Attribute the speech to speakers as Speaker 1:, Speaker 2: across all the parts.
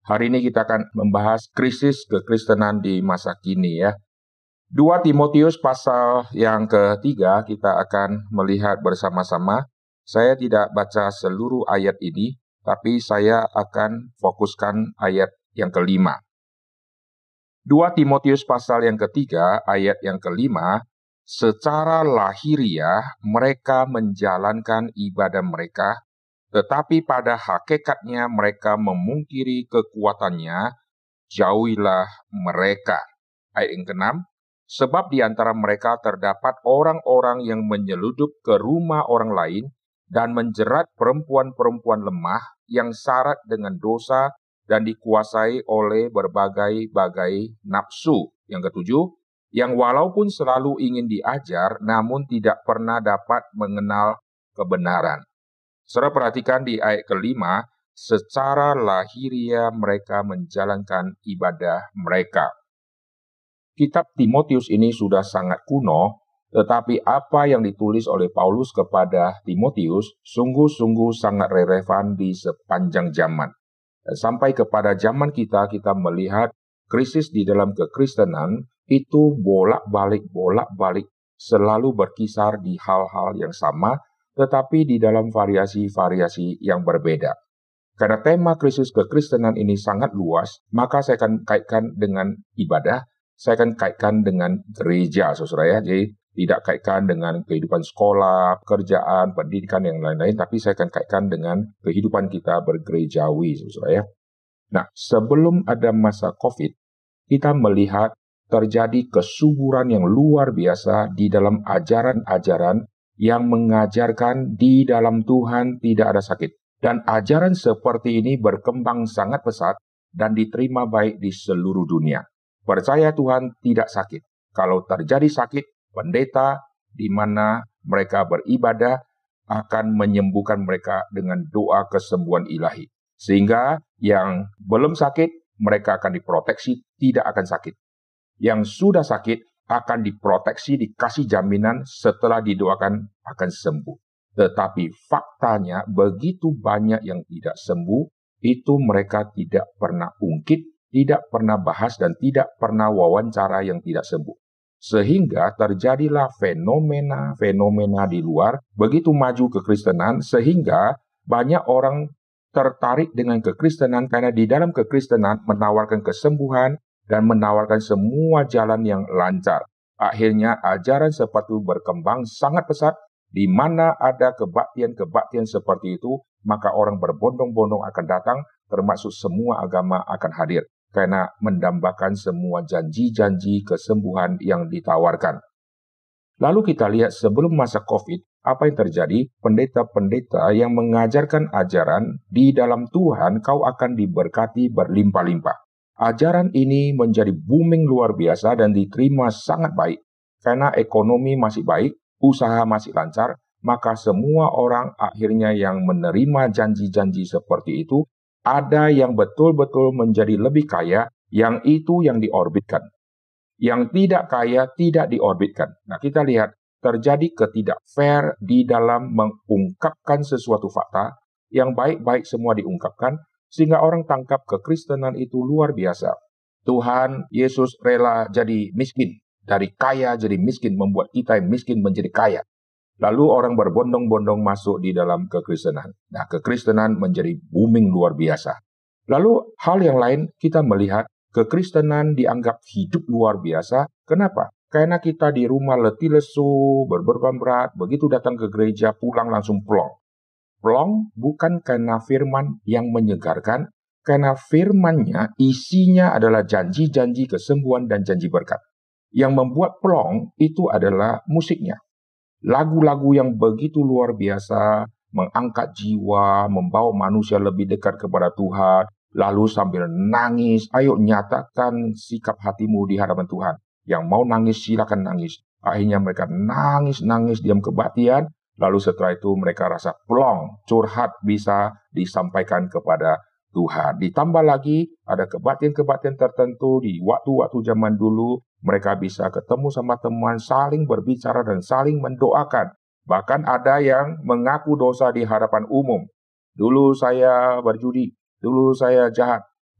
Speaker 1: Hari ini kita akan membahas krisis kekristenan di masa kini ya. 2 Timotius pasal yang ketiga kita akan melihat bersama-sama. Saya tidak baca seluruh ayat ini, tapi saya akan fokuskan ayat yang kelima. 2 Timotius pasal yang ketiga, ayat yang kelima, secara lahiriah mereka menjalankan ibadah mereka, tetapi pada hakikatnya mereka memungkiri kekuatannya, jauhilah mereka. Ayat yang keenam, sebab di antara mereka terdapat orang-orang yang menyeludup ke rumah orang lain dan menjerat perempuan-perempuan lemah yang syarat dengan dosa dan dikuasai oleh berbagai-bagai nafsu. Yang ketujuh, yang walaupun selalu ingin diajar, namun tidak pernah dapat mengenal kebenaran. Saudara perhatikan di ayat kelima, secara lahiriah mereka menjalankan ibadah mereka. Kitab Timotius ini sudah sangat kuno, tetapi apa yang ditulis oleh Paulus kepada Timotius sungguh-sungguh sangat relevan di sepanjang zaman. Dan sampai kepada zaman kita melihat krisis di dalam kekristenan itu bolak-balik selalu berkisar di hal-hal yang sama, tetapi di dalam variasi-variasi yang berbeda. Karena tema krisis kekristenan ini sangat luas, maka saya akan kaitkan dengan ibadah, saya akan kaitkan dengan gereja, saudara ya. Jadi tidak kaitkan dengan kehidupan sekolah, pekerjaan, pendidikan yang lain-lain, tapi saya akan kaitkan dengan kehidupan kita bergerejawi, saudara ya. Nah, sebelum ada masa COVID, kita melihat terjadi kesuburan yang luar biasa di dalam ajaran-ajaran yang mengajarkan di dalam Tuhan tidak ada sakit. Dan ajaran seperti ini berkembang sangat pesat dan diterima baik di seluruh dunia. Percaya Tuhan tidak sakit. Kalau terjadi sakit, pendeta di mana mereka beribadah akan menyembuhkan mereka dengan doa kesembuhan ilahi. Sehingga yang belum sakit, mereka akan diproteksi, tidak akan sakit. Yang sudah sakit akan diproteksi, dikasih jaminan setelah didoakan akan sembuh. Tetapi faktanya begitu banyak yang tidak sembuh, itu mereka tidak pernah ungkit, tidak pernah bahas, dan tidak pernah wawancara yang tidak sembuh. Sehingga terjadilah fenomena di luar, begitu maju kekristenan, sehingga banyak orang tertarik dengan kekristenan karena di dalam kekristenan menawarkan kesembuhan dan menawarkan semua jalan yang lancar. Akhirnya ajaran seperti itu berkembang sangat pesat, di mana ada kebaktian-kebaktian seperti itu, maka orang berbondong-bondong akan datang, termasuk semua agama akan hadir, karena mendambakan semua janji-janji kesembuhan yang ditawarkan. Lalu kita lihat sebelum masa COVID, apa yang terjadi? Pendeta-pendeta yang mengajarkan ajaran di dalam Tuhan, kau akan diberkati berlimpah-limpah. Ajaran ini menjadi booming luar biasa dan diterima sangat baik. Karena ekonomi masih baik, usaha masih lancar, maka semua orang akhirnya yang menerima janji-janji seperti itu, ada yang betul-betul menjadi lebih kaya, yang itu yang diorbitkan. Yang tidak kaya tidak diorbitkan. Nah, kita lihat terjadi ketidak fair di dalam mengungkapkan sesuatu fakta, yang baik-baik semua diungkapkan, sehingga orang tangkap kekristenan itu luar biasa. Tuhan Yesus rela jadi miskin, dari kaya jadi miskin, membuat kita yang miskin menjadi kaya. Lalu orang berbondong-bondong masuk di dalam kekristenan. Nah, kekristenan menjadi booming luar biasa. Lalu hal yang lain kita melihat kekristenan dianggap hidup luar biasa. Kenapa? Karena kita di rumah letih lesu, berbeban berat, begitu datang ke gereja pulang langsung plong. Plong bukan karena firman yang menyegarkan, karena firmannya isinya adalah janji-janji kesembuhan dan janji berkat. Yang membuat plong itu adalah musiknya. Lagu-lagu yang begitu luar biasa, mengangkat jiwa, membawa manusia lebih dekat kepada Tuhan, lalu sambil nangis, ayo nyatakan sikap hatimu di hadapan Tuhan. Yang mau nangis silakan nangis. Akhirnya mereka nangis diam kebaktian, lalu setelah itu mereka rasa plong, curhat bisa disampaikan kepada Tuhan. Ditambah lagi ada kebaktian-kebaktian tertentu di waktu-waktu zaman dulu, mereka bisa ketemu sama teman, saling berbicara dan saling mendoakan. Bahkan ada yang mengaku dosa di hadapan umum. Dulu saya berjudi, dulu saya jahat,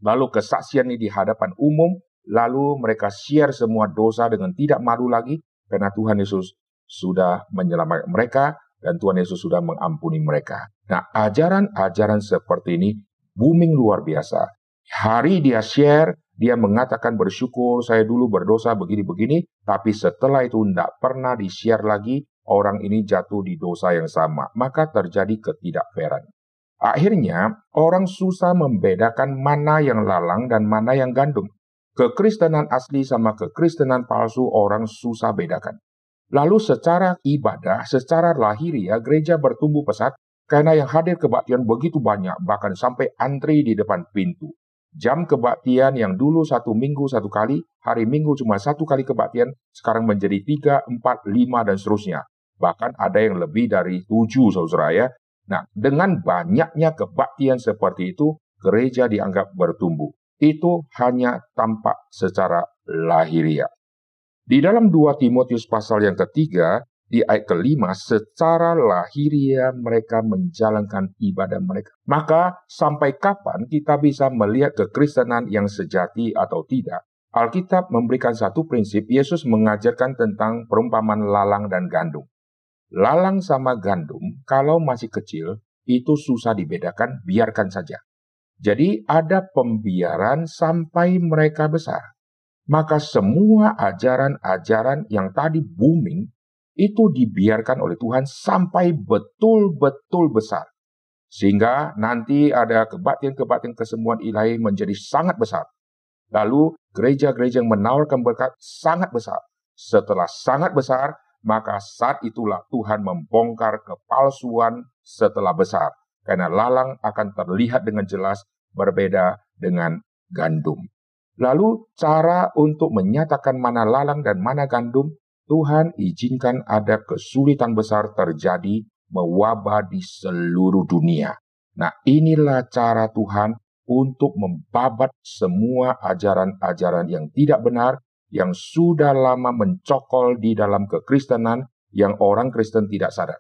Speaker 1: Lalu kesaksian ini di hadapan umum, lalu mereka share semua dosa dengan tidak malu lagi, karena Tuhan Yesus sudah menyelamatkan mereka, dan Tuhan Yesus sudah mengampuni mereka. Nah, ajaran-ajaran seperti ini booming luar biasa. Hari dia share, dia mengatakan bersyukur, saya dulu berdosa begini-begini, tapi setelah itu tidak pernah di-share lagi, orang ini jatuh di dosa yang sama. Maka terjadi ketidakfairan. Akhirnya, orang susah membedakan mana yang lalang dan mana yang gandum. Kekristenan asli sama kekristenan palsu orang susah bedakan. Lalu secara ibadah, secara lahiriah, gereja bertumbuh pesat karena yang hadir kebaktian begitu banyak, bahkan sampai antri di depan pintu. Jam kebaktian yang dulu 1 minggu 1 kali, hari Minggu cuma 1 kali kebaktian, sekarang menjadi 3, 4, 5, dan seterusnya. Bahkan ada yang lebih dari 7, saudara ya. Nah, dengan banyaknya kebaktian seperti itu, gereja dianggap bertumbuh. Itu hanya tampak secara lahiriah. Di dalam 2 Timotius pasal yang ketiga, di ayat ke-5, secara lahiriah mereka menjalankan ibadah mereka. Maka sampai kapan kita bisa melihat kekristenan yang sejati atau tidak? Alkitab memberikan satu prinsip, Yesus mengajarkan tentang perumpamaan lalang dan gandum. Lalang sama gandum, kalau masih kecil, itu susah dibedakan, biarkan saja. Jadi ada pembiaran sampai mereka besar. Maka semua ajaran-ajaran yang tadi booming, itu dibiarkan oleh Tuhan sampai betul-betul besar. Sehingga nanti ada kebaktian-kebaktian kesembuhan ilahi menjadi sangat besar. Lalu gereja-gereja yang menawarkan berkat sangat besar. Setelah sangat besar, maka saat itulah Tuhan membongkar kepalsuan setelah besar. Karena lalang akan terlihat dengan jelas berbeda dengan gandum. Lalu cara untuk menyatakan mana lalang dan mana gandum, Tuhan izinkan ada kesulitan besar terjadi mewabah di seluruh dunia. Nah, inilah cara Tuhan untuk membabat semua ajaran-ajaran yang tidak benar, yang sudah lama mencokol di dalam kekristenan yang orang Kristen tidak sadar.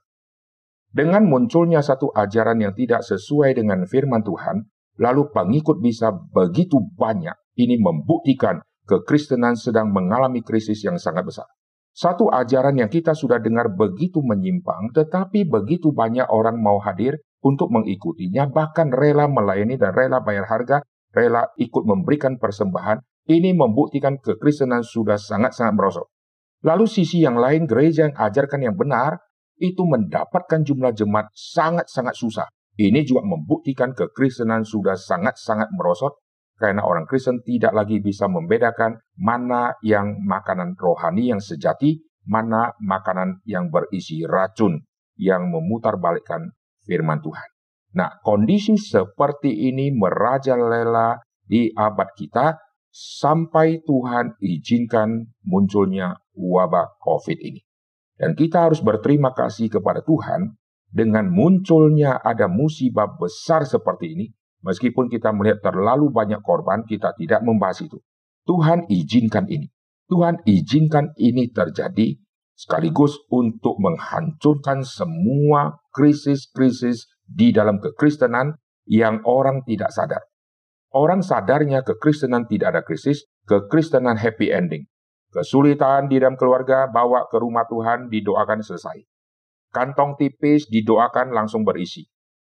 Speaker 1: Dengan munculnya satu ajaran yang tidak sesuai dengan firman Tuhan, lalu pengikut bisa begitu banyak, ini membuktikan kekristenan sedang mengalami krisis yang sangat besar. Satu ajaran yang kita sudah dengar begitu menyimpang, tetapi begitu banyak orang mau hadir untuk mengikutinya, bahkan rela melayani dan rela bayar harga, rela ikut memberikan persembahan. Ini membuktikan kekristenan sudah sangat-sangat merosot. Lalu sisi yang lain, gereja yang ajarkan yang benar, itu mendapatkan jumlah jemaat sangat-sangat susah. Ini juga membuktikan kekristenan sudah sangat-sangat merosot, karena orang Kristen tidak lagi bisa membedakan mana yang makanan rohani yang sejati, mana makanan yang berisi racun, yang memutarbalikkan firman Tuhan. Nah, kondisi seperti ini merajalela di abad kita, sampai Tuhan izinkan munculnya wabah COVID ini. Dan kita harus berterima kasih kepada Tuhan, dengan munculnya ada musibah besar seperti ini, meskipun kita melihat terlalu banyak korban, kita tidak membahas itu. Tuhan izinkan ini. Tuhan izinkan ini terjadi sekaligus untuk menghancurkan semua krisis-krisis di dalam kekristenan yang orang tidak sadar. Orang sadarnya kekristenan tidak ada krisis, kekristenan happy ending. Kesulitan di dalam keluarga, bawa ke rumah Tuhan, didoakan selesai. Kantong tipis didoakan langsung berisi.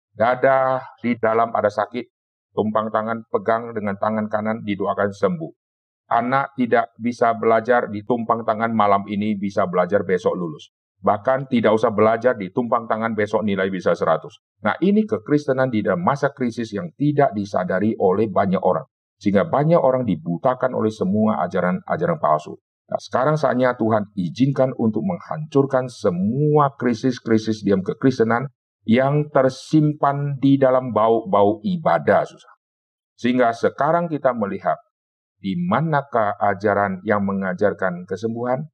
Speaker 1: Dada di dalam ada sakit, tumpang tangan pegang dengan tangan kanan didoakan sembuh. Anak tidak bisa belajar, ditumpang tangan malam ini bisa belajar besok lulus. Bahkan tidak usah belajar, ditumpang tangan besok nilai bisa 100. Nah, ini kekristenan di dalam masa krisis yang tidak disadari oleh banyak orang. Sehingga banyak orang dibutakan oleh semua ajaran-ajaran palsu. Nah, sekarang saatnya Tuhan izinkan untuk menghancurkan semua krisis-krisis diam kekristenan yang tersimpan di dalam bau-bau ibadah, susah. Sehingga sekarang kita melihat di manakah ajaran yang mengajarkan kesembuhan,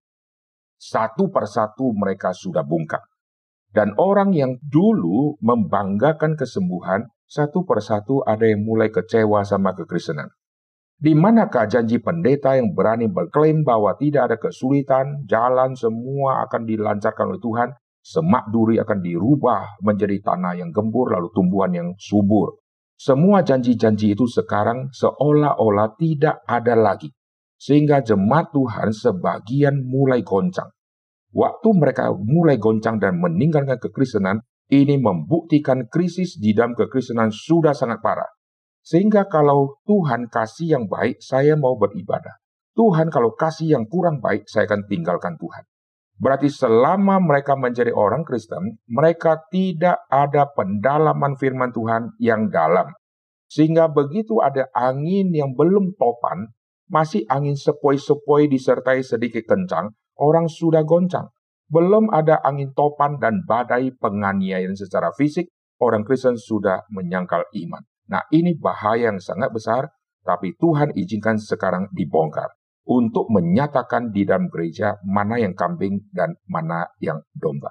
Speaker 1: satu persatu mereka sudah bungkam. Dan orang yang dulu membanggakan kesembuhan, satu persatu ada yang mulai kecewa sama kekristenan. Di manakah janji pendeta yang berani berklaim bahwa tidak ada kesulitan, jalan semua akan dilancarkan oleh Tuhan, semak duri akan dirubah menjadi tanah yang gembur, lalu tumbuhan yang subur. Semua janji-janji itu sekarang seolah-olah tidak ada lagi. Sehingga jemaat Tuhan sebagian mulai goncang. Waktu mereka mulai goncang dan meninggalkan kekristenan, ini membuktikan krisis di dalam kekristenan sudah sangat parah. Sehingga kalau Tuhan kasih yang baik, saya mau beribadah. Tuhan kalau kasih yang kurang baik, saya akan tinggalkan Tuhan. Berarti selama mereka menjadi orang Kristen, mereka tidak ada pendalaman firman Tuhan yang dalam. Sehingga begitu ada angin yang belum topan, masih angin sepoi-sepoi disertai sedikit kencang, orang sudah goncang. Belum ada angin topan dan badai penganiayaan secara fisik, orang Kristen sudah menyangkal iman. Nah, ini bahaya yang sangat besar, tapi Tuhan izinkan sekarang dibongkar untuk menyatakan di dalam gereja mana yang kambing dan mana yang domba.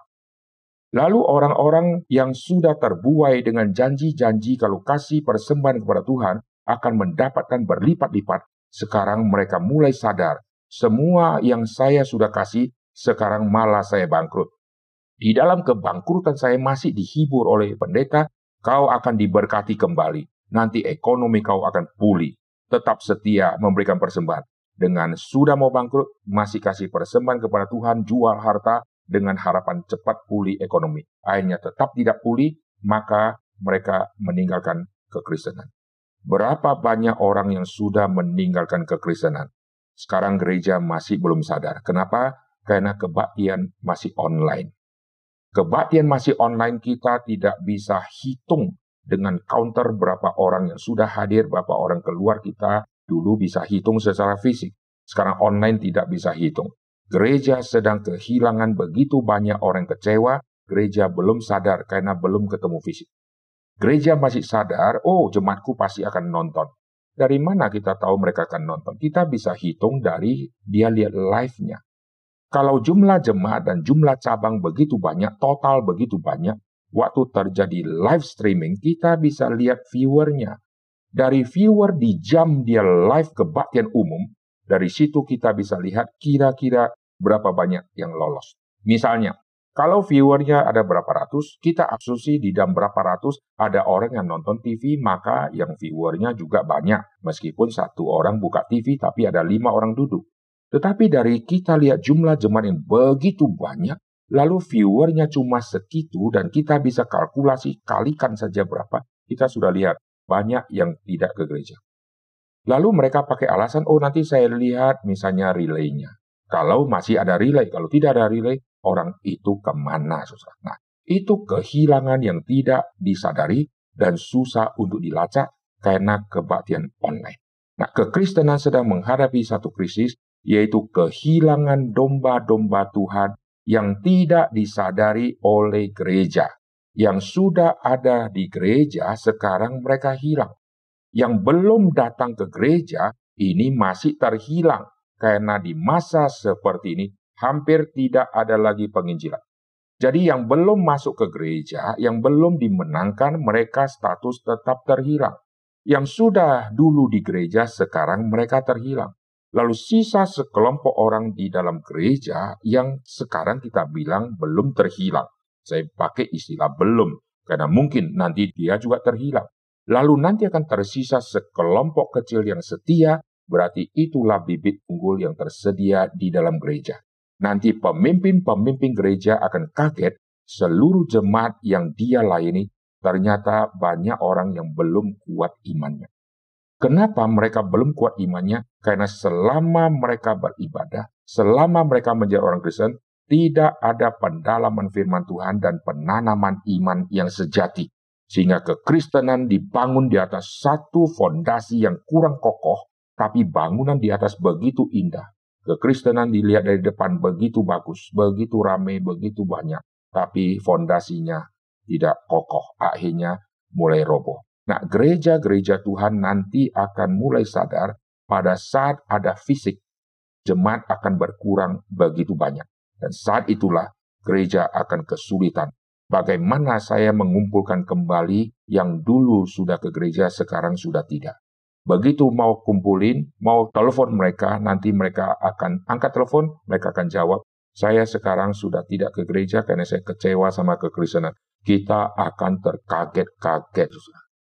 Speaker 1: Lalu orang-orang yang sudah terbuai dengan janji-janji kalau kasih persembahan kepada Tuhan akan mendapatkan berlipat-lipat. Sekarang mereka mulai sadar, semua yang saya sudah kasih, sekarang malah saya bangkrut. Di dalam kebangkrutan saya masih dihibur oleh pendeta, kau akan diberkati kembali. Nanti ekonomi kau akan pulih. Tetap setia memberikan persembahan. Dengan sudah mau bangkrut, masih kasih persembahan kepada Tuhan, jual harta dengan harapan cepat pulih ekonomi. Akhirnya tetap tidak pulih, maka mereka meninggalkan kekristenan. Berapa banyak orang yang sudah meninggalkan kekristenan? Sekarang gereja masih belum sadar. Kenapa? Karena kebaktian masih online. Kebaktian masih online, kita tidak bisa hitung dengan counter berapa orang yang sudah hadir, berapa orang keluar. Kita dulu bisa hitung secara fisik. Sekarang online tidak bisa hitung. Gereja sedang kehilangan begitu banyak orang kecewa. Gereja belum sadar karena belum ketemu fisik. Gereja masih sadar, oh jemaatku pasti akan nonton. Dari mana kita tahu mereka akan nonton? Kita bisa hitung dari dia lihat live-nya. Kalau jumlah jemaat dan jumlah cabang begitu banyak, total begitu banyak, waktu terjadi live streaming, kita bisa lihat viewernya. Dari viewer di jam dia live kebaktian umum, dari situ kita bisa lihat kira-kira berapa banyak yang lolos. Misalnya, kalau viewernya ada berapa ratus, kita asumsi di dalam berapa ratus ada orang yang nonton TV, maka yang viewernya juga banyak. Meskipun satu orang buka TV, tapi ada 5 orang duduk. Tetapi dari kita lihat jumlah jemaat yang begitu banyak, lalu viewernya cuma segitu, dan kita bisa kalkulasi, kalikan saja berapa, kita sudah lihat banyak yang tidak ke gereja. Lalu mereka pakai alasan, oh nanti saya lihat misalnya relaynya. Kalau masih ada relay, kalau tidak ada relay, orang itu kemana, susah. Nah, itu kehilangan yang tidak disadari dan susah untuk dilacak karena kebaktian online. Nah, kekristenan sedang menghadapi satu krisis, yaitu kehilangan domba-domba Tuhan yang tidak disadari oleh gereja. Yang sudah ada di gereja, sekarang mereka hilang. Yang belum datang ke gereja, ini masih terhilang. Karena di masa seperti ini, hampir tidak ada lagi penginjilan. Jadi yang belum masuk ke gereja, yang belum dimenangkan, mereka status tetap terhilang. Yang sudah dulu di gereja, sekarang mereka terhilang. Lalu sisa sekelompok orang di dalam gereja yang sekarang kita bilang belum terhilang. Saya pakai istilah belum, karena mungkin nanti dia juga terhilang. Lalu nanti akan tersisa sekelompok kecil yang setia, berarti itulah bibit unggul yang tersedia di dalam gereja. Nanti pemimpin-pemimpin gereja akan kaget seluruh jemaat yang dia layani, ternyata banyak orang yang belum kuat imannya. Kenapa mereka belum kuat imannya? Karena selama mereka beribadah, selama mereka menjadi orang Kristen, tidak ada pendalaman firman Tuhan dan penanaman iman yang sejati. Sehingga kekristenan dibangun di atas satu fondasi yang kurang kokoh, tapi bangunan di atas begitu indah. Kekristenan dilihat dari depan begitu bagus, begitu ramai, begitu banyak, tapi fondasinya tidak kokoh. Akhirnya mulai roboh. Nah, gereja-gereja Tuhan nanti akan mulai sadar pada saat ada fisik, jemaat akan berkurang begitu banyak. Dan saat itulah gereja akan kesulitan. Bagaimana saya mengumpulkan kembali yang dulu sudah ke gereja, sekarang sudah tidak. Begitu mau kumpulin, mau telepon mereka, nanti mereka akan angkat telepon, mereka akan jawab, saya sekarang sudah tidak ke gereja karena saya kecewa sama kekristenan. Kita akan terkaget-kaget.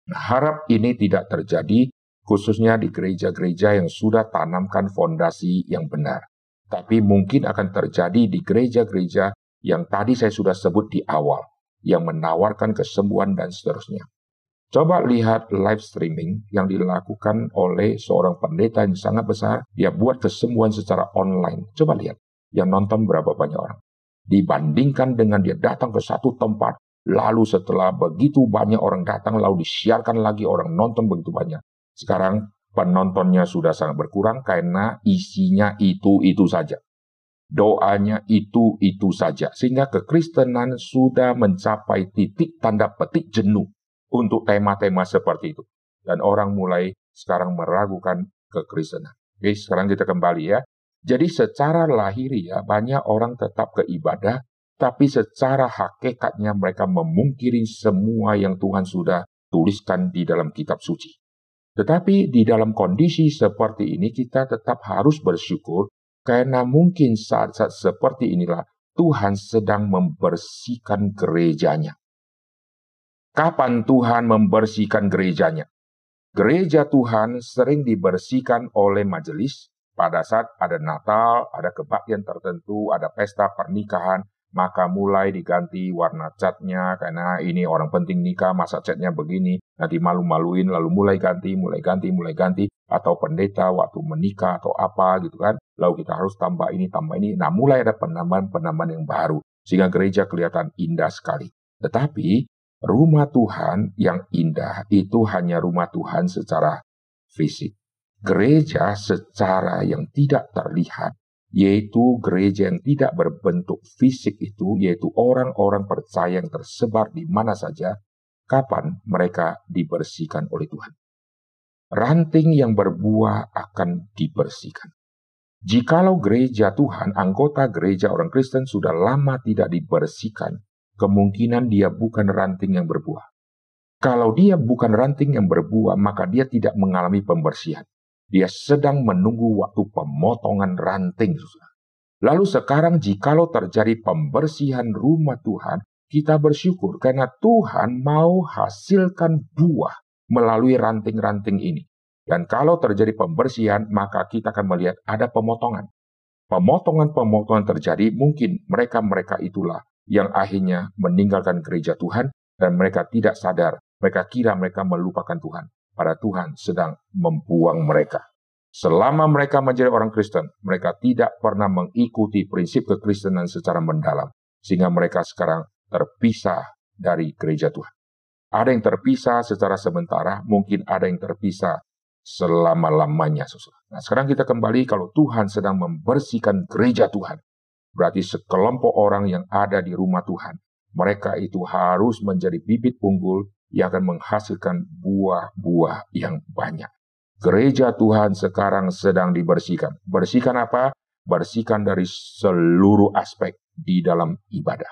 Speaker 1: Harap ini tidak terjadi, khususnya di gereja-gereja yang sudah tanamkan fondasi yang benar. Tapi mungkin akan terjadi di gereja-gereja yang tadi saya sudah sebut di awal, yang menawarkan kesembuhan dan seterusnya. Coba lihat live streaming yang dilakukan oleh seorang pendeta yang sangat besar. Dia buat kesembuhan secara online. Coba lihat, yang nonton berapa banyak orang. Dibandingkan dengan dia datang ke satu tempat, lalu setelah begitu banyak orang datang, lalu disiarkan lagi orang nonton begitu banyak. Sekarang penontonnya sudah sangat berkurang karena isinya itu saja. Doanya itu saja. Sehingga kekristenan sudah mencapai titik tanda petik jenuh untuk tema-tema seperti itu. Dan orang mulai sekarang meragukan kekristenan. Oke, sekarang kita kembali ya. Jadi secara lahiriah banyak orang tetap ke ibadah, tapi secara hakikatnya mereka memungkiri semua yang Tuhan sudah tuliskan di dalam kitab suci. Tetapi di dalam kondisi seperti ini kita tetap harus bersyukur, karena mungkin saat-saat seperti inilah Tuhan sedang membersihkan gerejanya. Kapan Tuhan membersihkan gerejanya? Gereja Tuhan sering dibersihkan oleh majelis pada saat ada Natal, ada kebaktian tertentu, ada pesta pernikahan, maka mulai diganti warna catnya, karena ini orang penting nikah, masa catnya begini, nanti malu-maluin, lalu mulai ganti, atau pendeta waktu menikah atau apa gitu kan, lalu kita harus tambah ini, nah mulai ada penambahan yang baru, sehingga gereja kelihatan indah sekali. Tetapi rumah Tuhan yang indah itu hanya rumah Tuhan secara fisik. Gereja secara yang tidak terlihat, yaitu gereja yang tidak berbentuk fisik itu, yaitu orang-orang percaya yang tersebar di mana saja, kapan mereka dibersihkan oleh Tuhan. Ranting yang berbuah akan dibersihkan. Jikalau gereja Tuhan, anggota gereja orang Kristen sudah lama tidak dibersihkan, kemungkinan dia bukan ranting yang berbuah. Kalau dia bukan ranting yang berbuah, maka dia tidak mengalami pembersihan. Dia sedang menunggu waktu pemotongan ranting. Lalu sekarang jikalau terjadi pembersihan rumah Tuhan, kita bersyukur karena Tuhan mau hasilkan buah melalui ranting-ranting ini. Dan kalau terjadi pembersihan, maka kita akan melihat ada pemotongan. Pemotongan-pemotongan terjadi, mungkin mereka-mereka itulah yang akhirnya meninggalkan gereja Tuhan, dan mereka tidak sadar, mereka kira mereka melupakan Tuhan, padahal Tuhan sedang membuang mereka. Selama mereka menjadi orang Kristen, mereka tidak pernah mengikuti prinsip kekristenan secara mendalam, sehingga mereka sekarang terpisah dari gereja Tuhan. Ada yang terpisah secara sementara, mungkin ada yang terpisah selama-lamanya. Nah, sekarang kita kembali, kalau Tuhan sedang membersihkan gereja Tuhan, berarti sekelompok orang yang ada di rumah Tuhan, mereka itu harus menjadi bibit unggul yang akan menghasilkan buah-buah yang banyak. Gereja Tuhan sekarang sedang dibersihkan. Bersihkan apa? Bersihkan dari seluruh aspek di dalam ibadah.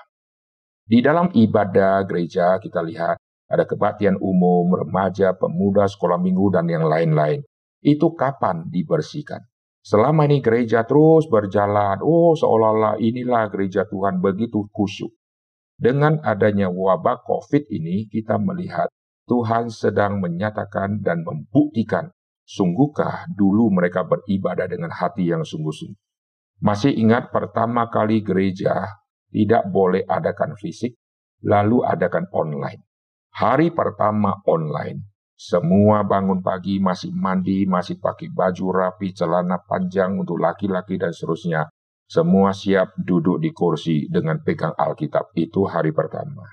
Speaker 1: Di dalam ibadah gereja kita lihat ada kebaktian umum, remaja, pemuda, sekolah minggu, dan yang lain-lain. Itu kapan dibersihkan? Selama ini gereja terus berjalan, seolah-olah inilah gereja Tuhan, begitu khusyuk. Dengan adanya wabah COVID ini, kita melihat Tuhan sedang menyatakan dan membuktikan, sungguhkah dulu mereka beribadah dengan hati yang sungguh-sungguh. Masih ingat pertama kali gereja tidak boleh adakan fisik, lalu adakan online. Hari pertama online, semua bangun pagi, masih mandi, masih pakai baju rapi, celana panjang untuk laki-laki dan seterusnya. Semua siap duduk di kursi dengan pegang Alkitab. Itu hari pertama.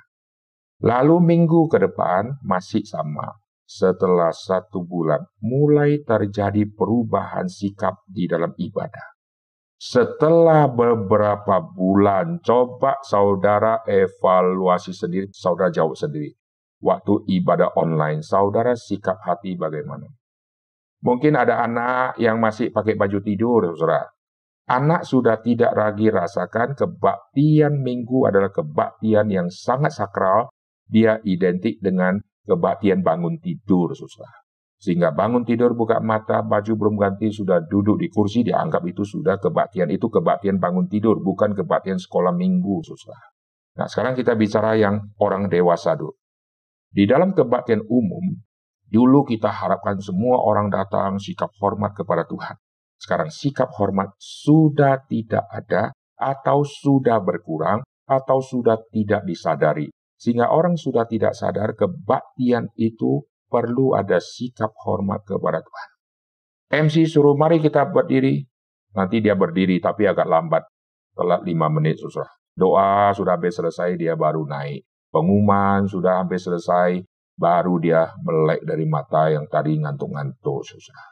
Speaker 1: Lalu minggu ke depan masih sama. Setelah 1 bulan, mulai terjadi perubahan sikap di dalam ibadah. Setelah beberapa bulan, coba saudara evaluasi sendiri, saudara jawab sendiri. Waktu ibadah online, saudara sikap hati bagaimana? Mungkin ada anak yang masih pakai baju tidur, saudara. Anak sudah tidak lagi rasakan kebaktian minggu adalah kebaktian yang sangat sakral. Dia identik dengan kebaktian bangun tidur, saudara. Sehingga bangun tidur, buka mata, baju belum ganti, sudah duduk di kursi, dianggap itu sudah kebaktian. Itu kebaktian bangun tidur, bukan kebaktian sekolah minggu, saudara. Nah, sekarang kita bicara yang orang dewasa dulu. Di dalam kebaktian umum, Dulu kita harapkan semua orang datang sikap hormat kepada Tuhan. Sekarang sikap hormat sudah tidak ada, atau sudah berkurang, atau sudah tidak disadari. Sehingga orang sudah tidak sadar kebaktian itu perlu ada sikap hormat kepada Tuhan. MC suruh mari kita berdiri, nanti dia berdiri tapi agak lambat, telat 5 menit susah. Doa sudah hampir selesai, dia baru naik. Pengumuman sudah hampir selesai, baru dia melek dari mata yang tadi ngantuk-ngantuk susah.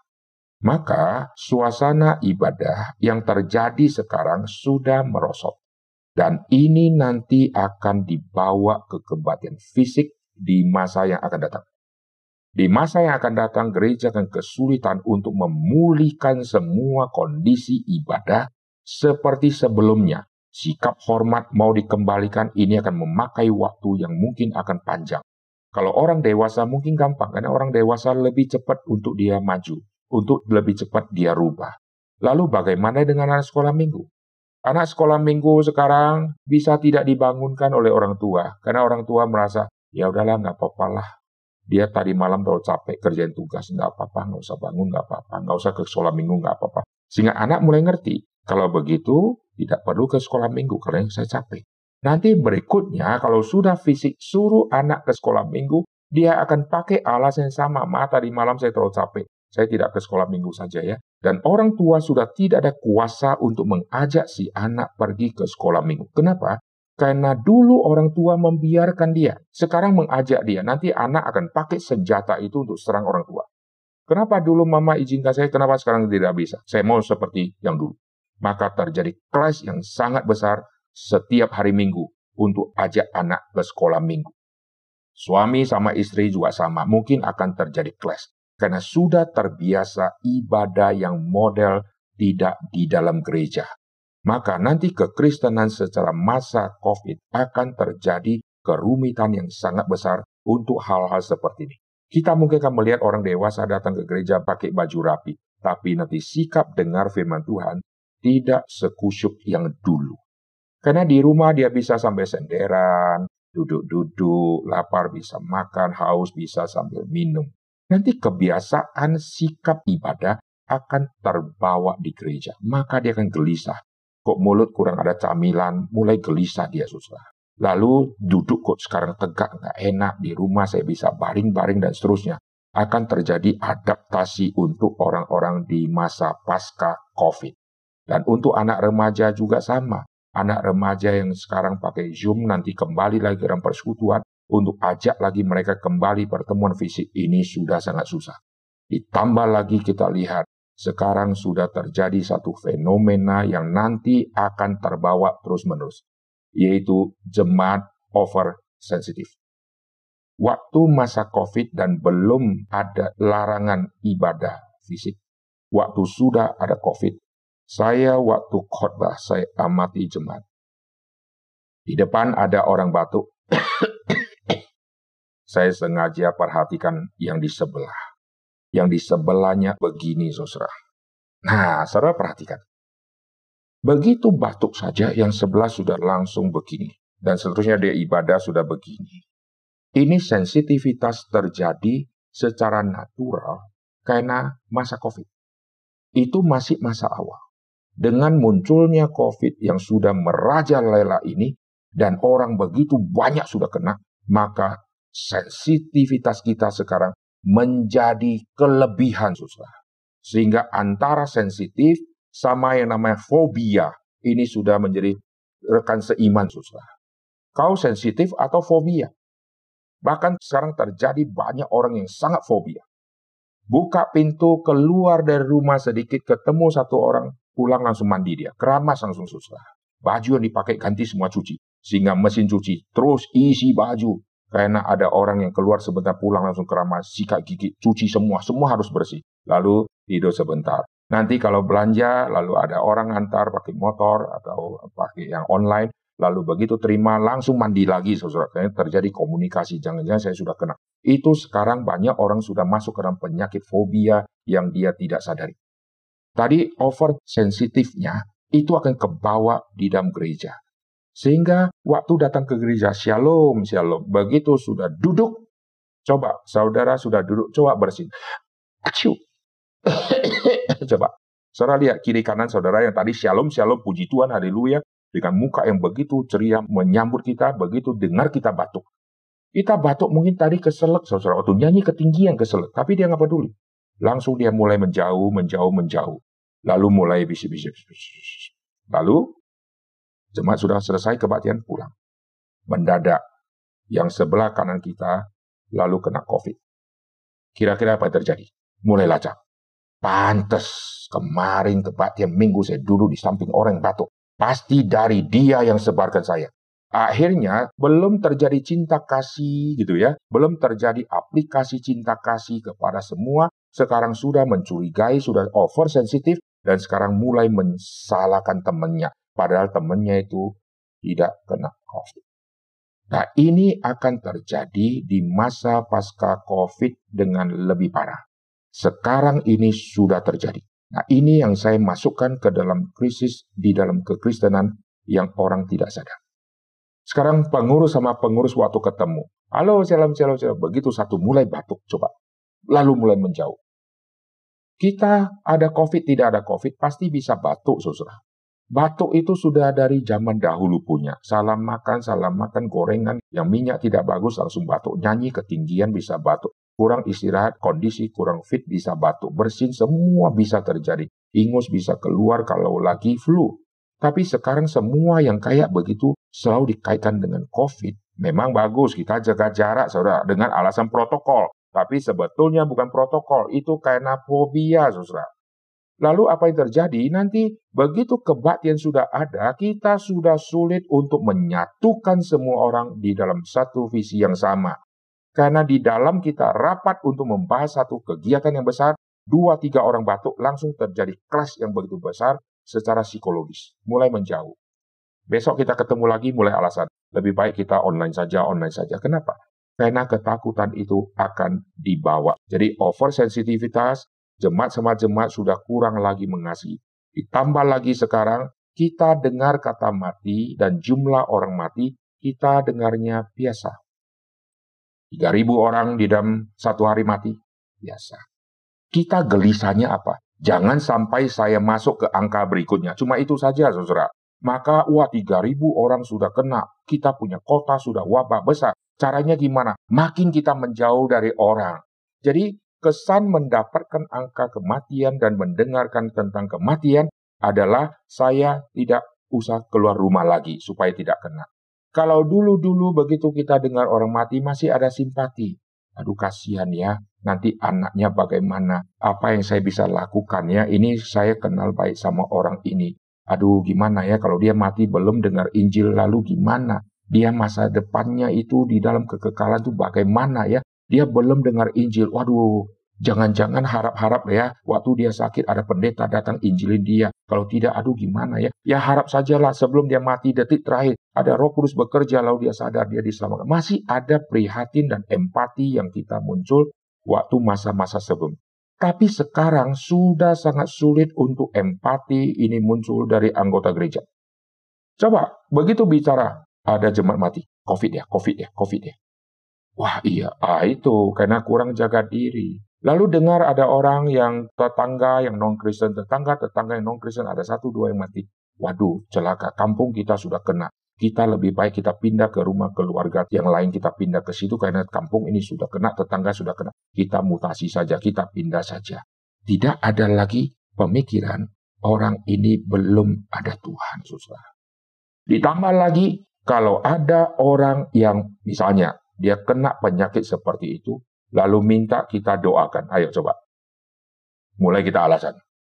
Speaker 1: Maka suasana ibadah yang terjadi sekarang sudah merosot. Dan ini nanti akan dibawa ke kebaktian fisik di masa yang akan datang. Di masa yang akan datang, gereja akan kesulitan untuk memulihkan semua kondisi ibadah seperti sebelumnya. Sikap hormat mau dikembalikan, ini akan memakai waktu yang mungkin akan panjang. Kalau orang dewasa mungkin gampang, karena orang dewasa lebih cepat untuk dia maju, untuk lebih cepat dia rubah. Lalu bagaimana dengan anak sekolah minggu? Anak sekolah minggu sekarang bisa tidak dibangunkan oleh orang tua, karena orang tua merasa, ya udahlah nggak apa-apa lah. Dia tadi malam terlalu capek kerjain tugas, nggak apa-apa, nggak usah bangun, nggak apa-apa, nggak usah ke sekolah minggu, nggak apa-apa. Sehingga anak mulai ngerti, kalau begitu tidak perlu ke sekolah minggu, karena saya capek. Nanti berikutnya, kalau sudah fisik suruh anak ke sekolah minggu, dia akan pakai alasan yang sama. Tadi malam saya terlalu capek, saya tidak ke sekolah minggu saja ya. Dan orang tua sudah tidak ada kuasa untuk mengajak si anak pergi ke sekolah minggu. Kenapa? Karena dulu orang tua membiarkan dia. Sekarang mengajak dia. Nanti anak akan pakai senjata itu untuk serang orang tua. Kenapa dulu mama izinkan saya, kenapa sekarang tidak bisa? Saya mau seperti yang dulu. Maka terjadi clash yang sangat besar setiap hari Minggu untuk ajak anak ke sekolah minggu. Suami sama istri juga sama. Mungkin akan terjadi clash. Karena sudah terbiasa ibadah yang model tidak di dalam gereja. Maka nanti kekristenan secara masa COVID akan terjadi kerumitan yang sangat besar untuk hal-hal seperti ini. Kita mungkin akan melihat orang dewasa datang ke gereja pakai baju rapi. Tapi nanti sikap dengar firman Tuhan tidak sekusyuk yang dulu. Karena di rumah dia bisa sampai senderan, duduk-duduk, lapar bisa makan, haus bisa sambil minum. Nanti kebiasaan sikap ibadah akan terbawa di gereja. Maka dia akan gelisah. Kok mulut kurang ada camilan, mulai gelisah dia susah. Lalu duduk kok sekarang tegak, nggak enak. Di rumah saya bisa baring-baring dan seterusnya. Akan terjadi adaptasi untuk orang-orang di masa pasca COVID. Dan untuk anak remaja juga sama. Anak remaja yang sekarang pakai Zoom nanti kembali lagi dalam persekutuan. Untuk ajak lagi mereka kembali pertemuan fisik ini sudah sangat susah. Ditambah lagi kita lihat, sekarang sudah terjadi satu fenomena yang nanti akan terbawa terus-menerus, yaitu jemaat oversensitif. Waktu masa COVID dan belum ada larangan ibadah fisik, waktu sudah ada COVID, saya waktu khotbah, saya amati jemaat. Di depan ada orang batuk, saya sengaja perhatikan yang di sebelah. Yang di sebelahnya begini, saudara. Nah, saudara perhatikan. Begitu batuk saja, yang sebelah sudah langsung begini. Dan seterusnya dia ibadah sudah begini. Ini sensitivitas terjadi secara natural karena masa COVID. Itu masih masa awal. Dengan munculnya COVID yang sudah merajalela ini, dan orang begitu banyak sudah kena, maka sensitivitas kita sekarang menjadi kelebihan, saudara. Sehingga antara sensitif sama yang namanya fobia, ini sudah menjadi rekan seiman, saudara. Kau sensitif atau fobia? Bahkan sekarang terjadi banyak orang yang sangat fobia. Buka pintu, keluar dari rumah sedikit, ketemu satu orang, pulang langsung mandi dia. Keramas langsung, saudara. Baju yang dipakai ganti semua cuci. Sehingga mesin cuci terus isi baju. Karena ada orang yang keluar sebentar pulang langsung keramas, sikat gigi, cuci semua harus bersih. Lalu tidur sebentar. Nanti kalau belanja, lalu ada orang antar pakai motor atau pakai yang online, lalu begitu terima langsung mandi lagi, saudara. Karena terjadi komunikasi, jangan-jangan saya sudah kena. Itu sekarang banyak orang sudah masuk ke dalam penyakit fobia yang dia tidak sadari. Tadi oversensitifnya itu akan kebawa di dalam gereja. Sehingga waktu datang ke gereja, shalom, shalom. Begitu sudah duduk, Coba, saudara sudah duduk, coba bersin. Aciu. Coba, saudara lihat kiri kanan saudara yang tadi shalom, shalom, puji Tuhan, haleluya. Dengan muka yang begitu ceria menyambut kita, begitu dengar kita batuk. Kita batuk mungkin tadi keselak, saudara. Waktu nyanyi ketinggian keselak, tapi dia nggak peduli. Langsung dia mulai menjauh. Lalu mulai bisik-bisik. Lalu, jemaat sudah selesai kebaktian pulang. Mendadak, yang sebelah kanan kita lalu kena COVID. Kira-kira apa yang terjadi? Mulai lacak. Pantes, kemarin kebaktian minggu saya duduk di samping orang yang batuk. Pasti dari dia yang sebarkan saya. Akhirnya belum terjadi cinta kasih gitu ya. Belum terjadi aplikasi cinta kasih kepada semua. Sekarang sudah mencurigai, sudah oversensitif. Dan sekarang mulai mensalahkan temannya. Padahal temannya itu tidak kena COVID. Nah, ini akan terjadi di masa pasca COVID dengan lebih parah. Sekarang ini sudah terjadi. Nah, ini yang saya masukkan ke dalam krisis di dalam kekristenan yang orang tidak sadar. Sekarang pengurus sama pengurus waktu ketemu. Halo, shalom. Begitu satu mulai batuk, coba. Lalu mulai menjauh. Kita ada COVID, tidak ada COVID, pasti bisa batuk, saudara. Batuk itu sudah dari zaman dahulu punya. Salah makan gorengan yang minyak tidak bagus langsung batuk. Nyanyi ketinggian bisa batuk. Kurang istirahat, kondisi kurang fit bisa batuk. Bersin semua bisa terjadi. Ingus bisa keluar kalau lagi flu. Tapi sekarang semua yang kayak begitu selalu dikaitkan dengan COVID. Memang bagus kita jaga jarak saudara dengan alasan protokol. Tapi sebetulnya bukan protokol. Itu karena fobia saudara. Lalu apa yang terjadi? Nanti begitu kebaktian sudah ada, kita sudah sulit untuk menyatukan semua orang di dalam satu visi yang sama. Karena di dalam kita rapat untuk membahas satu kegiatan yang besar, 2-3 orang batuk, langsung terjadi kelas yang begitu besar secara psikologis. Mulai menjauh. Besok kita ketemu lagi mulai alasan. Lebih baik kita online saja. Kenapa? Karena ketakutan itu akan dibawa. Jadi oversensitivitas, jemaat sama jemaat sudah kurang lagi mengasihi. Ditambah lagi sekarang, kita dengar kata mati dan jumlah orang mati, kita dengarnya biasa. 3.000 orang di dalam satu hari mati, biasa. Kita gelisahnya apa? Jangan sampai saya masuk ke angka berikutnya. Cuma itu saja, saudara. Maka, 3.000 orang sudah kena. Kita punya kota sudah wabah besar. Caranya gimana? Makin kita menjauh dari orang. Jadi, kesan mendapatkan angka kematian dan mendengarkan tentang kematian adalah saya tidak usah keluar rumah lagi supaya tidak kena. Kalau dulu-dulu begitu kita dengar orang mati masih ada simpati. Aduh kasihan ya, nanti anaknya bagaimana, apa yang saya bisa lakukan ya, ini saya kenal baik sama orang ini. Aduh gimana ya kalau dia mati belum dengar Injil lalu gimana? Dia masa depannya itu di dalam kekekalan itu bagaimana ya? Dia belum dengar Injil. Waduh, jangan-jangan harap-harap ya, waktu dia sakit ada pendeta datang Injilin dia. Kalau tidak, aduh gimana ya? Ya harap sajalah sebelum dia mati detik terakhir, ada Roh Kudus bekerja lalu dia sadar dia diselamatkan. Masih ada prihatin dan empati yang kita muncul waktu masa-masa sebelum. Tapi sekarang sudah sangat sulit untuk empati ini muncul dari anggota gereja. Coba, begitu bicara, ada jemaat mati. COVID ya. Wah iya, itu karena kurang jaga diri. Lalu dengar ada orang yang tetangga yang non-Kristen, tetangga yang non-Kristen, ada 1-2 yang mati. Waduh, celaka, kampung kita sudah kena. Kita lebih baik kita pindah ke rumah keluarga yang lain, kita pindah ke situ karena kampung ini sudah kena, tetangga sudah kena. Kita mutasi saja, kita pindah saja. Tidak ada lagi pemikiran orang ini belum ada Tuhan, saudara. Ditambah lagi, kalau ada orang yang misalnya dia kena penyakit seperti itu, lalu minta kita doakan. Ayo coba. Mulai kita alasan.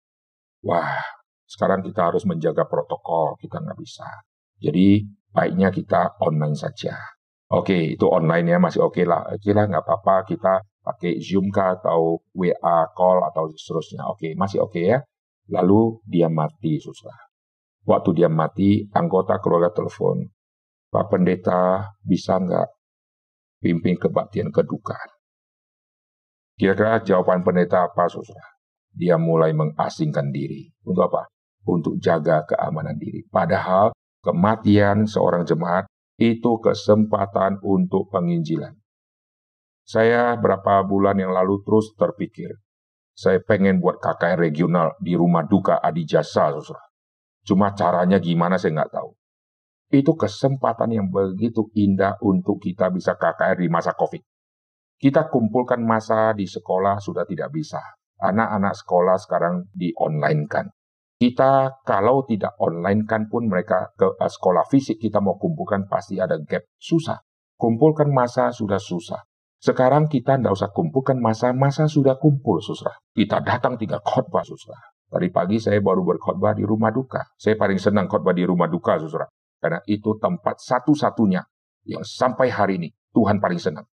Speaker 1: Wah, sekarang kita harus menjaga protokol, kita nggak bisa. Jadi, baiknya kita online saja. Oke, itu online ya masih oke lah. Kira nggak apa-apa, kita pakai Zoom kah atau WA call atau seterusnya. Oke, masih oke ya. Lalu dia mati, susah. Waktu dia mati, anggota keluarga telepon. Pak Pendeta, bisa nggak pimpin kebaktian kedukaan? Kira-kira jawaban pendeta apa, saudara? Dia mulai mengasingkan diri. Untuk apa? Untuk jaga keamanan diri. Padahal kematian seorang jemaat itu kesempatan untuk penginjilan. Saya berapa bulan yang lalu terus terpikir, saya pengen buat KKR regional di Rumah Duka Adijasa, saudara. Cuma caranya gimana saya nggak tahu. Itu kesempatan yang begitu indah untuk kita bisa KKR di masa COVID. Kita kumpulkan masa di sekolah sudah tidak bisa. Anak-anak sekolah sekarang di-online-kan. Kita kalau tidak online kan pun mereka ke sekolah fisik kita mau kumpulkan pasti ada gap. Susah. Kumpulkan masa sudah susah. Sekarang kita tidak usah kumpulkan masa sudah kumpul, saudara. Kita datang 3 khotbah, saudara. Tadi pagi saya baru berkhotbah di Rumah Duka. Saya paling senang khotbah di Rumah Duka, saudara. Karena itu tempat satu-satunya yang sampai hari ini Tuhan paling senang.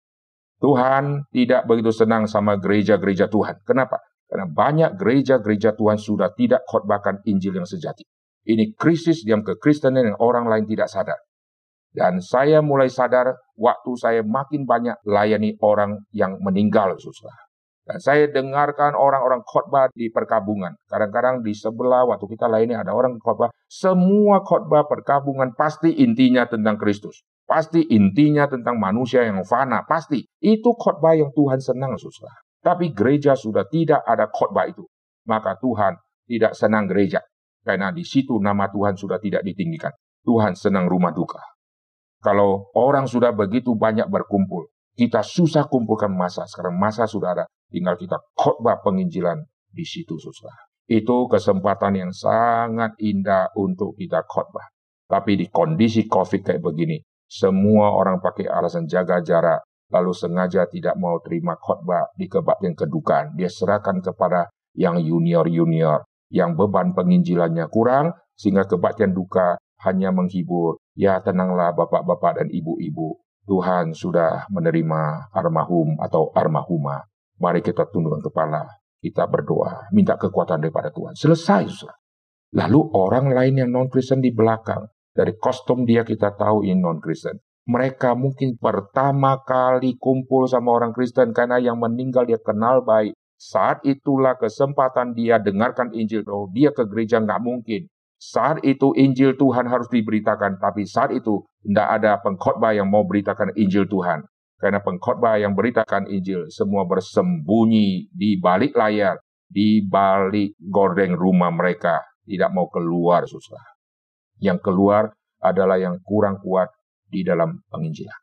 Speaker 1: Tuhan tidak begitu senang sama gereja-gereja Tuhan. Kenapa? Karena banyak gereja-gereja Tuhan sudah tidak khotbahkan Injil yang sejati. Ini krisis diam kekristenan yang orang lain tidak sadar. Dan saya mulai sadar waktu saya makin banyak layani orang yang meninggal, saudara. Dan saya dengarkan orang-orang khotbah di perkabungan. Kadang-kadang di sebelah waktu kita layani ada orang khotbah. Semua khotbah perkabungan pasti intinya tentang Kristus. Pasti intinya tentang manusia yang fana. Pasti. Itu khotbah yang Tuhan senang, saudara. Tapi gereja sudah tidak ada khotbah itu. Maka Tuhan tidak senang gereja. Karena di situ nama Tuhan sudah tidak ditinggikan. Tuhan senang Rumah Duka. Kalau orang sudah begitu banyak berkumpul, kita susah kumpulkan masa. Sekarang masa sudah ada. Tinggal kita khotbah penginjilan di situ, saudara. Itu kesempatan yang sangat indah untuk kita khotbah. Tapi di kondisi COVID kayak begini, semua orang pakai alasan jaga jarak. Lalu sengaja tidak mau terima khotbah di kebaktian kedukaan. Dia serahkan kepada yang junior-junior, yang beban penginjilannya kurang, sehingga kebaktian duka hanya menghibur. Ya tenanglah bapak-bapak dan ibu-ibu. Tuhan sudah menerima almarhum atau almarhumah. Mari kita tundukkan kepala. Kita berdoa. Minta kekuatan daripada Tuhan. Selesai, saudara. Lalu orang lain yang non-Kristen di belakang. Dari kostum dia kita tahu ini non-Kristen. Mereka mungkin pertama kali kumpul sama orang Kristen karena yang meninggal dia kenal baik. Saat itulah kesempatan dia dengarkan Injil. Oh, dia ke gereja nggak mungkin. Saat itu Injil Tuhan harus diberitakan. Tapi saat itu tidak ada pengkhotbah yang mau beritakan Injil Tuhan. Karena pengkhotbah yang beritakan Injil semua bersembunyi di balik layar. Di balik gordeng rumah mereka. Tidak mau keluar, saudara. Yang keluar adalah yang kurang kuat di dalam penginjilan.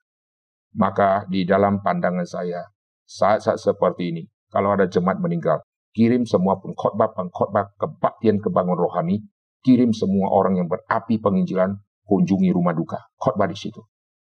Speaker 1: Maka di dalam pandangan saya, saat-saat seperti ini, kalau ada jemaat meninggal, kirim semua pengkhotbah kebaktian kebangun rohani, kirim semua orang yang berapi penginjilan, kunjungi Rumah Duka, khotbah di situ.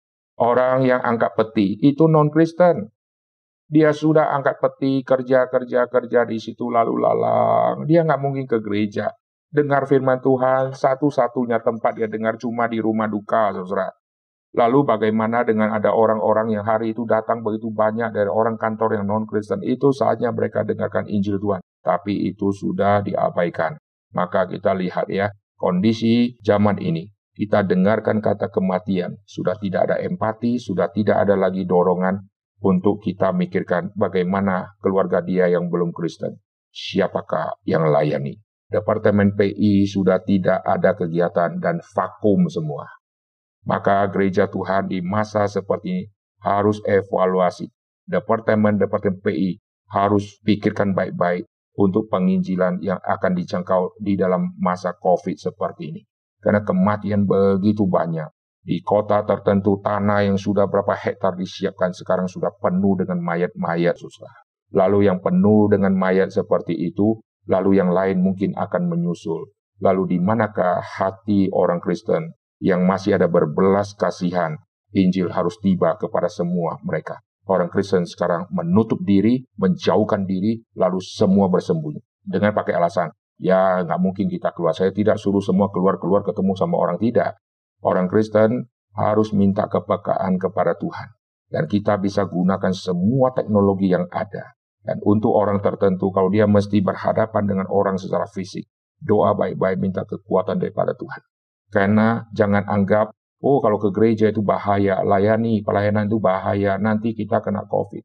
Speaker 1: Orang yang angkat peti, itu non-Kristen. Dia sudah angkat peti, kerja di situ lalu lalang. Dia nggak mungkin ke gereja. Dengar firman Tuhan, satu-satunya tempat dia dengar cuma di Rumah Duka, saudara. Lalu bagaimana dengan ada orang-orang yang hari itu datang begitu banyak dari orang kantor yang non-Kristen. Itu saatnya mereka dengarkan Injil Tuhan. Tapi itu sudah diabaikan. Maka kita lihat ya, kondisi zaman ini. Kita dengarkan kata kematian. Sudah tidak ada empati, sudah tidak ada lagi dorongan untuk kita mikirkan bagaimana keluarga dia yang belum Kristen. Siapakah yang layani? Departemen PI sudah tidak ada kegiatan dan vakum semua. Maka gereja Tuhan di masa seperti ini harus evaluasi. Departemen PI harus pikirkan baik-baik untuk penginjilan yang akan dijangkau di dalam masa COVID seperti ini. Karena kematian begitu banyak. Di kota tertentu tanah yang sudah berapa hektar disiapkan sekarang sudah penuh dengan mayat-mayat, saudara. Lalu yang penuh dengan mayat seperti itu, lalu yang lain mungkin akan menyusul. Lalu di manakah hati orang Kristen yang masih ada berbelas kasihan? Injil harus tiba kepada semua mereka. Orang Kristen sekarang menutup diri, menjauhkan diri, lalu semua bersembunyi. Dengan pakai alasan, ya nggak mungkin kita keluar. Saya tidak suruh semua keluar ketemu sama orang, tidak. Orang Kristen harus minta kepekaan kepada Tuhan. Dan kita bisa gunakan semua teknologi yang ada. Dan untuk orang tertentu, kalau dia mesti berhadapan dengan orang secara fisik, doa baik-baik minta kekuatan daripada Tuhan. Karena jangan anggap, oh kalau ke gereja itu bahaya, pelayanan itu bahaya, nanti kita kena COVID.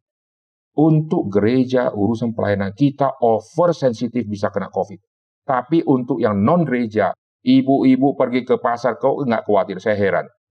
Speaker 1: Untuk gereja, urusan pelayanan, kita oversensitif bisa kena COVID. Tapi untuk yang non-gereja, ibu-ibu pergi ke pasar, kau nggak khawatir, saya heran.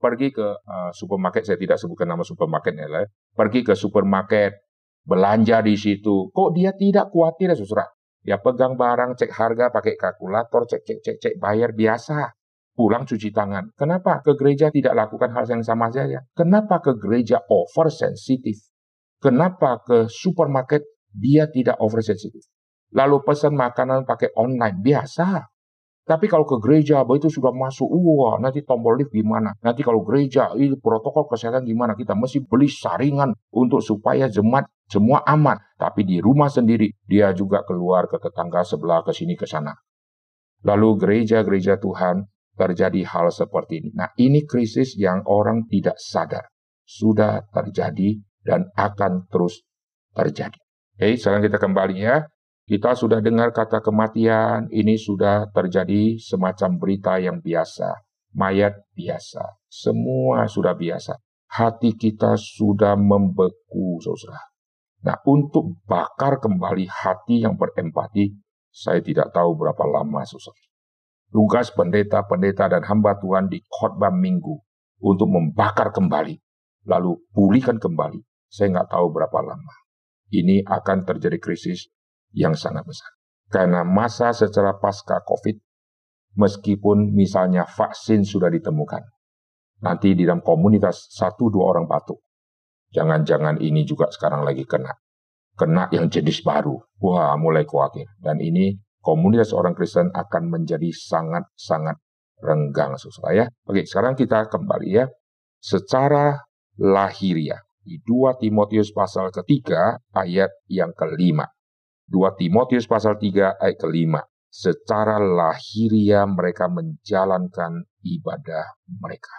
Speaker 1: pergi ke supermarket, saya tidak sebutkan nama supermarketnya lah, pergi ke supermarket, belanja di situ, kok dia tidak khawatir ya saudara? Dia pegang barang, cek harga, pakai kalkulator, cek, bayar biasa. Pulang cuci tangan. Kenapa ke gereja tidak lakukan hal yang sama saja? Kenapa ke gereja oversensitif? Kenapa ke supermarket dia tidak oversensitif? Lalu pesan makanan pakai online, biasa. Tapi kalau ke gereja, begitu sudah masuk, wah nanti tombol lift gimana? Nanti kalau gereja, ini protokol kesehatan gimana? Kita mesti beli saringan untuk supaya jemaat semua aman. Tapi di rumah sendiri, dia juga keluar ke tetangga sebelah, ke sini, ke sana. Lalu gereja-gereja Tuhan terjadi hal seperti ini. Nah, ini krisis yang orang tidak sadar. Sudah terjadi dan akan terus terjadi. Oke, sekarang kita kembali ya. Kita sudah dengar kata kematian, ini sudah terjadi semacam berita yang biasa. Mayat biasa, semua sudah biasa. Hati kita sudah membeku, saudara. Nah, untuk bakar kembali hati yang berempati, saya tidak tahu berapa lama, saudara. Tugas pendeta-pendeta dan hamba Tuhan di khotbah minggu untuk membakar kembali, lalu pulihkan kembali. Saya nggak tahu berapa lama. Ini akan terjadi krisis yang sangat besar. Karena masa secara pasca COVID, meskipun misalnya vaksin sudah ditemukan, nanti di dalam komunitas 1-2 orang batuk. Jangan-jangan ini juga sekarang lagi kena yang jenis baru. Wah, mulai khawatir. Dan ini komunitas orang Kristen akan menjadi sangat-sangat renggang, saudara ya. Oke, sekarang kita kembali ya. Secara lahiriah, di 2 Timotius pasal ketiga ayat yang kelima. 2 Timotius pasal 3 ayat kelima. Secara lahiriah mereka menjalankan ibadah mereka.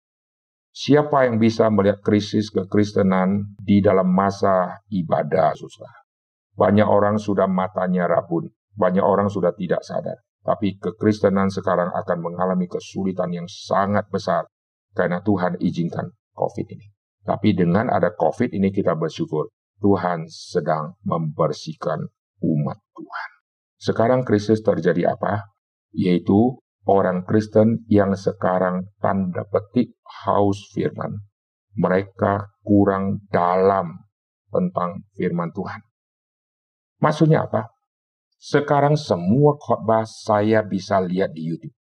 Speaker 1: Siapa yang bisa melihat krisis kekristenan di dalam masa ibadah, saudara? Banyak orang sudah matanya rabun. Banyak orang sudah tidak sadar. Tapi kekristenan sekarang akan mengalami kesulitan yang sangat besar karena Tuhan izinkan COVID ini. Tapi dengan ada COVID ini kita bersyukur. Tuhan sedang membersihkan umat Tuhan. Sekarang krisis terjadi apa? Yaitu orang Kristen yang sekarang tanda petik haus firman. Mereka kurang dalam tentang firman Tuhan. Maksudnya apa? Sekarang semua khotbah saya bisa lihat di YouTube.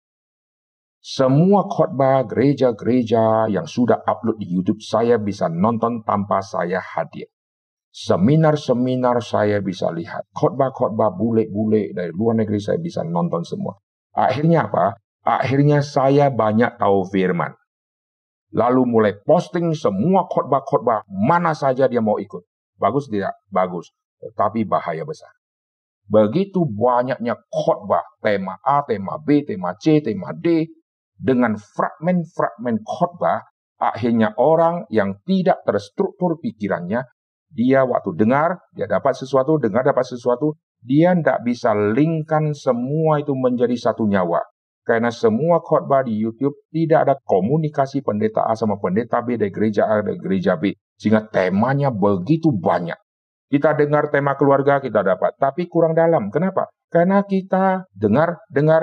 Speaker 1: Semua khotbah gereja-gereja yang sudah upload di YouTube saya bisa nonton tanpa saya hadir. Seminar-seminar saya bisa lihat. Khotbah-khotbah bule-bule dari luar negeri saya bisa nonton semua. Akhirnya apa? Akhirnya saya banyak tahu firman. Lalu mulai posting semua khotbah-khotbah mana saja dia mau ikut. Bagus tidak? Bagus. Tetapi bahaya besar. Begitu banyaknya khotbah, tema A, tema B, tema C, tema D, dengan fragmen-fragmen khotbah, akhirnya orang yang tidak terstruktur pikirannya, dia waktu dengar, dia dapat sesuatu, dia tidak bisa linkkan semua itu menjadi satu nyawa. Karena semua khotbah di YouTube tidak ada komunikasi pendeta A sama pendeta B dari gereja A dan gereja B. Sehingga temanya begitu banyak. Kita dengar tema keluarga, kita dapat. Tapi kurang dalam. Kenapa? Karena kita dengar.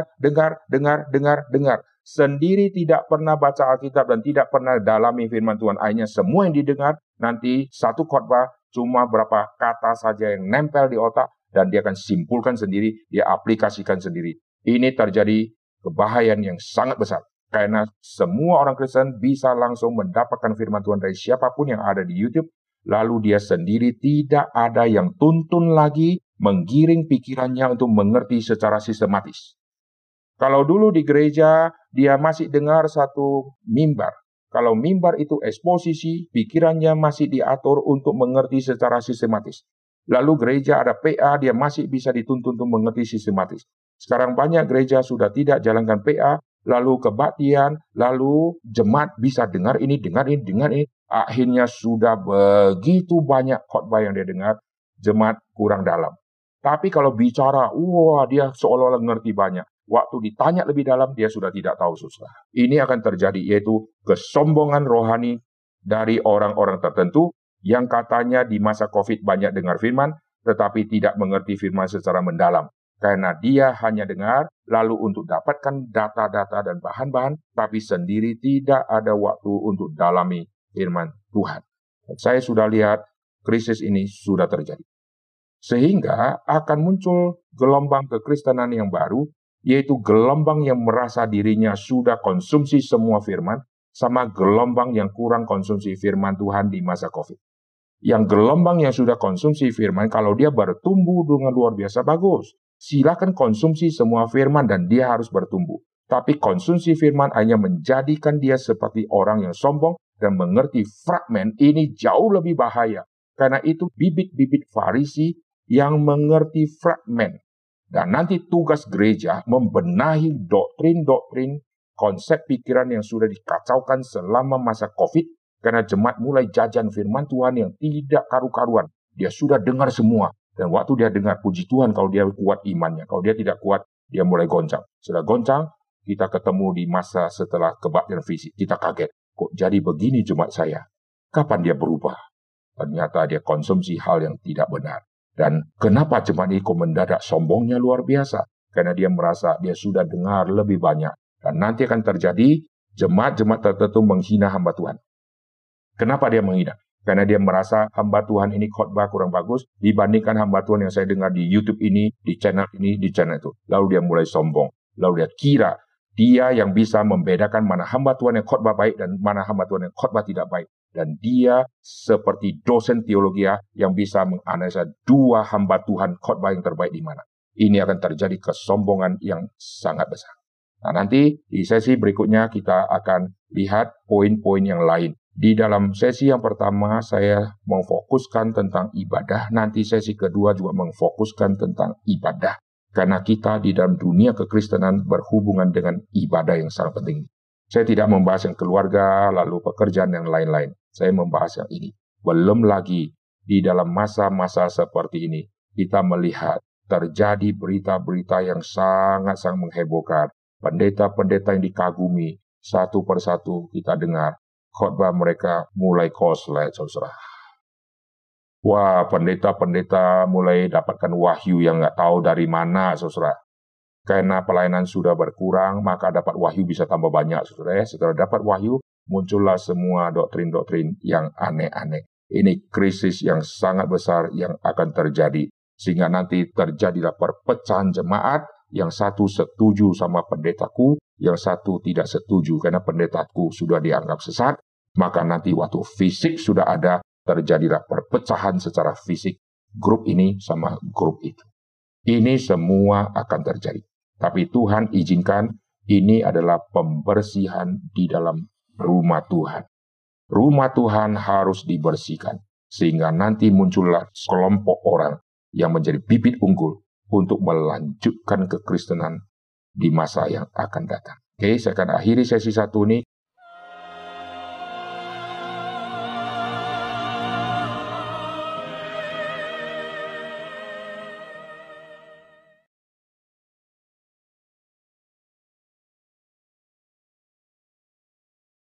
Speaker 1: Sendiri tidak pernah baca Alkitab dan tidak pernah dalami firman Tuhan. Akhirnya semua yang didengar, nanti satu khotbah cuma berapa kata saja yang nempel di otak. Dan dia akan simpulkan sendiri, dia aplikasikan sendiri. Ini terjadi kebahayaan yang sangat besar. Karena semua orang Kristen bisa langsung mendapatkan firman Tuhan dari siapapun yang ada di YouTube. Lalu dia sendiri tidak ada yang tuntun lagi menggiring pikirannya untuk mengerti secara sistematis. Kalau dulu di gereja dia masih dengar satu mimbar. Kalau mimbar itu eksposisi, pikirannya masih diatur untuk mengerti secara sistematis. Lalu gereja ada PA, dia masih bisa dituntun untuk mengerti sistematis. Sekarang banyak gereja sudah tidak jalankan PA, lalu kebaktian, lalu jemaat bisa dengar ini. Akhirnya sudah begitu banyak khotbah yang dia dengar, jemaat kurang dalam. Tapi kalau bicara, dia seolah-olah ngerti banyak. Waktu ditanya lebih dalam, dia sudah tidak tahu susah. Ini akan terjadi, yaitu kesombongan rohani dari orang-orang tertentu yang katanya di masa COVID banyak dengar firman, tetapi tidak mengerti firman secara mendalam. Karena dia hanya dengar, lalu untuk dapatkan data-data dan bahan-bahan, tapi sendiri tidak ada waktu untuk dalami firman Tuhan. Saya sudah lihat krisis ini sudah terjadi. Sehingga akan muncul gelombang kekristenan yang baru, yaitu gelombang yang merasa dirinya sudah konsumsi semua firman, sama gelombang yang kurang konsumsi firman Tuhan di masa COVID. Yang gelombang yang sudah konsumsi firman, kalau dia bertumbuh dengan luar biasa bagus, silakan konsumsi semua firman dan dia harus bertumbuh. Tapi konsumsi firman hanya menjadikan dia seperti orang yang sombong dan mengerti fragmen, ini jauh lebih bahaya. Karena itu bibit-bibit Farisi yang mengerti fragmen. Dan nanti tugas gereja membenahi doktrin-doktrin, konsep pikiran yang sudah dikacaukan selama masa COVID, karena jemaat mulai jajan firman Tuhan yang tidak karu-karuan. Dia sudah dengar semua. Dan waktu dia dengar, puji Tuhan kalau dia kuat imannya. Kalau dia tidak kuat, dia mulai goncang. Sudah goncang, kita ketemu di masa setelah kebaktian fisik. Kita kaget. Kok jadi begini jemaat saya? Kapan dia berubah? Ternyata dia konsumsi hal yang tidak benar. Dan kenapa jemaat ini kok mendadak sombongnya luar biasa? Karena dia merasa dia sudah dengar lebih banyak. Dan nanti akan terjadi jemaat-jemaat tertentu menghina hamba Tuhan. Kenapa dia menghina? Karena dia merasa hamba Tuhan ini khotbah kurang bagus dibandingkan hamba Tuhan yang saya dengar di YouTube ini, di channel itu. Lalu dia mulai sombong. Lalu dia kira dia yang bisa membedakan mana hamba Tuhan yang khotbah baik dan mana hamba Tuhan yang khotbah tidak baik. Dan dia seperti dosen teologi yang bisa menganalisa dua hamba Tuhan khotbah yang terbaik di mana. Ini akan terjadi kesombongan yang sangat besar. Nah, nanti di sesi berikutnya kita akan lihat poin-poin yang lain. Di dalam sesi yang pertama saya memfokuskan tentang ibadah. Nanti sesi kedua juga memfokuskan tentang ibadah. Karena kita di dalam dunia kekristenan berhubungan dengan ibadah yang sangat penting. Saya tidak membahas yang keluarga, lalu pekerjaan yang lain-lain. Saya membahas yang ini. Belum lagi di dalam masa-masa seperti ini, kita melihat terjadi berita-berita yang sangat-sangat menghebohkan. Pendeta-pendeta yang dikagumi, satu persatu kita dengar. Khotbah mereka mulai koslet, saudara. Wah, pendeta-pendeta mulai dapatkan wahyu yang nggak tahu dari mana, saudara. Karena pelayanan sudah berkurang, maka dapat wahyu bisa tambah banyak, saudara. Setelah dapat wahyu, muncullah semua doktrin-doktrin yang aneh-aneh. Ini krisis yang sangat besar yang akan terjadi. Sehingga nanti terjadilah perpecahan jemaat, yang satu setuju sama pendetaku, yang satu tidak setuju karena pendetaku sudah dianggap sesat. Maka nanti waktu fisik sudah ada, terjadilah perpecahan secara fisik. Grup ini sama grup itu. Ini semua akan terjadi. Tapi Tuhan izinkan ini adalah pembersihan di dalam rumah Tuhan. Rumah Tuhan harus dibersihkan. Sehingga nanti muncullah kelompok orang yang menjadi bibit unggul untuk melanjutkan kekristenan di masa yang akan datang. Oke, saya akan akhiri sesi 1 ini